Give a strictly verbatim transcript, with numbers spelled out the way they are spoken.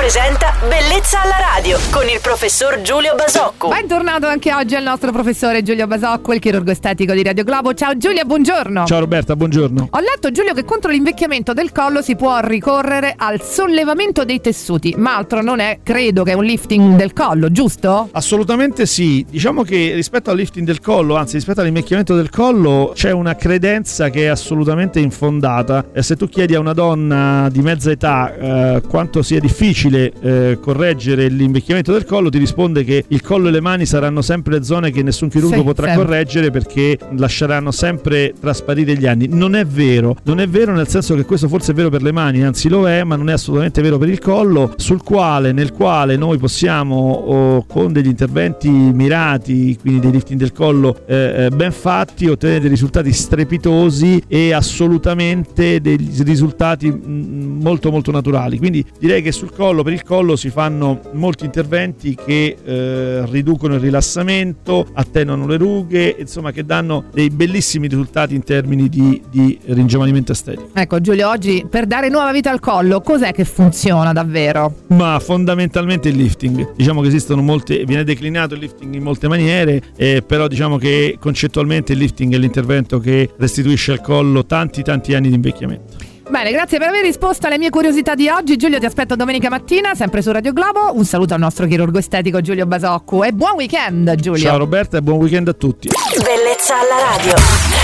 presenta Bellezza alla radio con il professor Giulio Basocco. Bentornato anche oggi al nostro professore Giulio Basocco, il chirurgo estetico di Radio Globo. Ciao Giulia, buongiorno. Ciao Roberta, buongiorno. Ho letto, Giulio, che contro l'invecchiamento del collo si può ricorrere al sollevamento dei tessuti, ma altro non è, credo, che è un lifting del collo, giusto? Assolutamente sì. Diciamo che rispetto al lifting del collo, anzi rispetto all'invecchiamento del collo, c'è una credenza che è assolutamente infondata. E se tu chiedi a una donna di mezza età eh, quanto sia difficile eh, correggere l'invecchiamento del collo, ti risponde che il collo e le mani saranno sempre le zone che nessun chirurgo sì, potrà sempre correggere, perché lasceranno sempre trasparire gli anni. Non è vero, non è vero nel senso che questo forse è vero per le mani, anzi lo è, ma non è assolutamente vero per il collo, sul quale, nel quale noi possiamo oh, con degli interventi mirati, quindi dei lifting del collo eh, ben fatti, ottenere dei risultati strepitosi e assolutamente dei risultati mh, molto molto naturali. Quindi direi che sul collo, per il collo, si fanno molti interventi che eh, riducono il rilassamento, attenuano le rughe, insomma che danno dei bellissimi risultati in termini di, di ringiovanimento estetico. Ecco Giulio, oggi per dare nuova vita al collo, cos'è che funziona davvero? Ma fondamentalmente il lifting. Diciamo che esistono molte, viene declinato il lifting in molte maniere, eh, però diciamo che concettualmente il lifting è l'intervento che restituisce al collo tanti tanti anni di invecchiamento. Bene, grazie per aver risposto alle mie curiosità di oggi. Giulio, ti aspetto domenica mattina, sempre su Radio Globo. Un saluto al nostro chirurgo estetico Giulio Basocco e buon weekend, Giulio. Ciao Roberta e buon weekend a tutti. Bellezza alla radio.